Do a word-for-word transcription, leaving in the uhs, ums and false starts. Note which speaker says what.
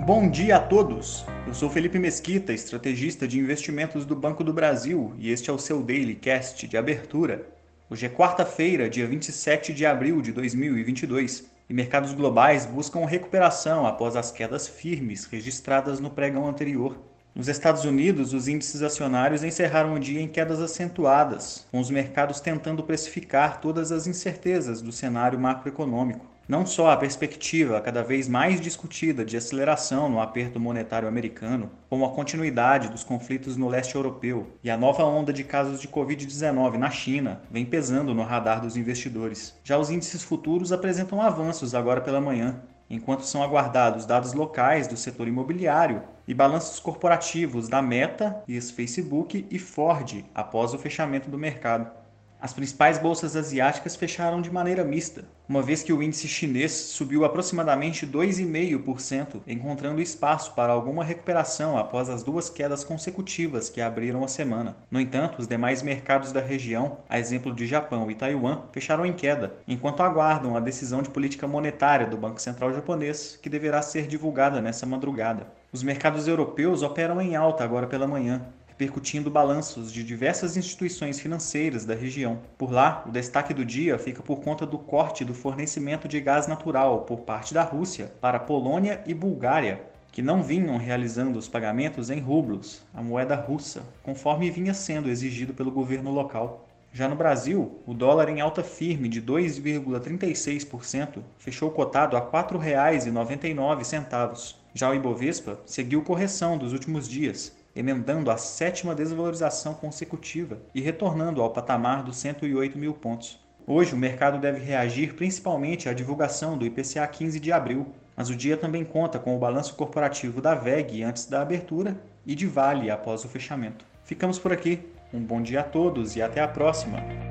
Speaker 1: Bom dia a todos! Eu sou Felipe Mesquita, estrategista de investimentos do Banco do Brasil, e este é o seu Daily Cast de abertura. Hoje é quarta-feira, dia vinte e sete de abril de dois mil e vinte e dois, e mercados globais buscam recuperação após as quedas firmes registradas no pregão anterior. Nos Estados Unidos, os índices acionários encerraram o dia em quedas acentuadas, com os mercados tentando precificar todas as incertezas do cenário macroeconômico. Não só a perspectiva cada vez mais discutida de aceleração no aperto monetário americano, como a continuidade dos conflitos no leste europeu e a nova onda de casos de covid dezenove na China vem pesando no radar dos investidores. Já os índices futuros apresentam avanços agora pela manhã, enquanto são aguardados dados locais do setor imobiliário e balanços corporativos da Meta, ex-Facebook e Ford após o fechamento do mercado. As principais bolsas asiáticas fecharam de maneira mista, uma vez que o índice chinês subiu aproximadamente dois vírgula cinco por cento, encontrando espaço para alguma recuperação após as duas quedas consecutivas que abriram a semana. No entanto, os demais mercados da região, a exemplo de Japão e Taiwan, fecharam em queda, enquanto aguardam a decisão de política monetária do Banco Central japonês, que deverá ser divulgada nesta madrugada. Os mercados europeus operam em alta agora pela manhã, repercutindo balanços de diversas instituições financeiras da região. Por lá, o destaque do dia fica por conta do corte do fornecimento de gás natural por parte da Rússia para Polônia e Bulgária, que não vinham realizando os pagamentos em rublos, a moeda russa, conforme vinha sendo exigido pelo governo local. Já no Brasil, o dólar em alta firme de dois vírgula trinta e seis por cento fechou cotado a quatro reais e noventa e nove centavos. Já o Ibovespa seguiu correção dos últimos dias, emendando a sétima desvalorização consecutiva e retornando ao patamar dos cento e oito mil pontos. Hoje, o mercado deve reagir principalmente à divulgação do I P C A quinze de abril, mas o dia também conta com o balanço corporativo da V E G antes da abertura e de Vale após o fechamento. Ficamos por aqui. Um bom dia a todos e até a próxima!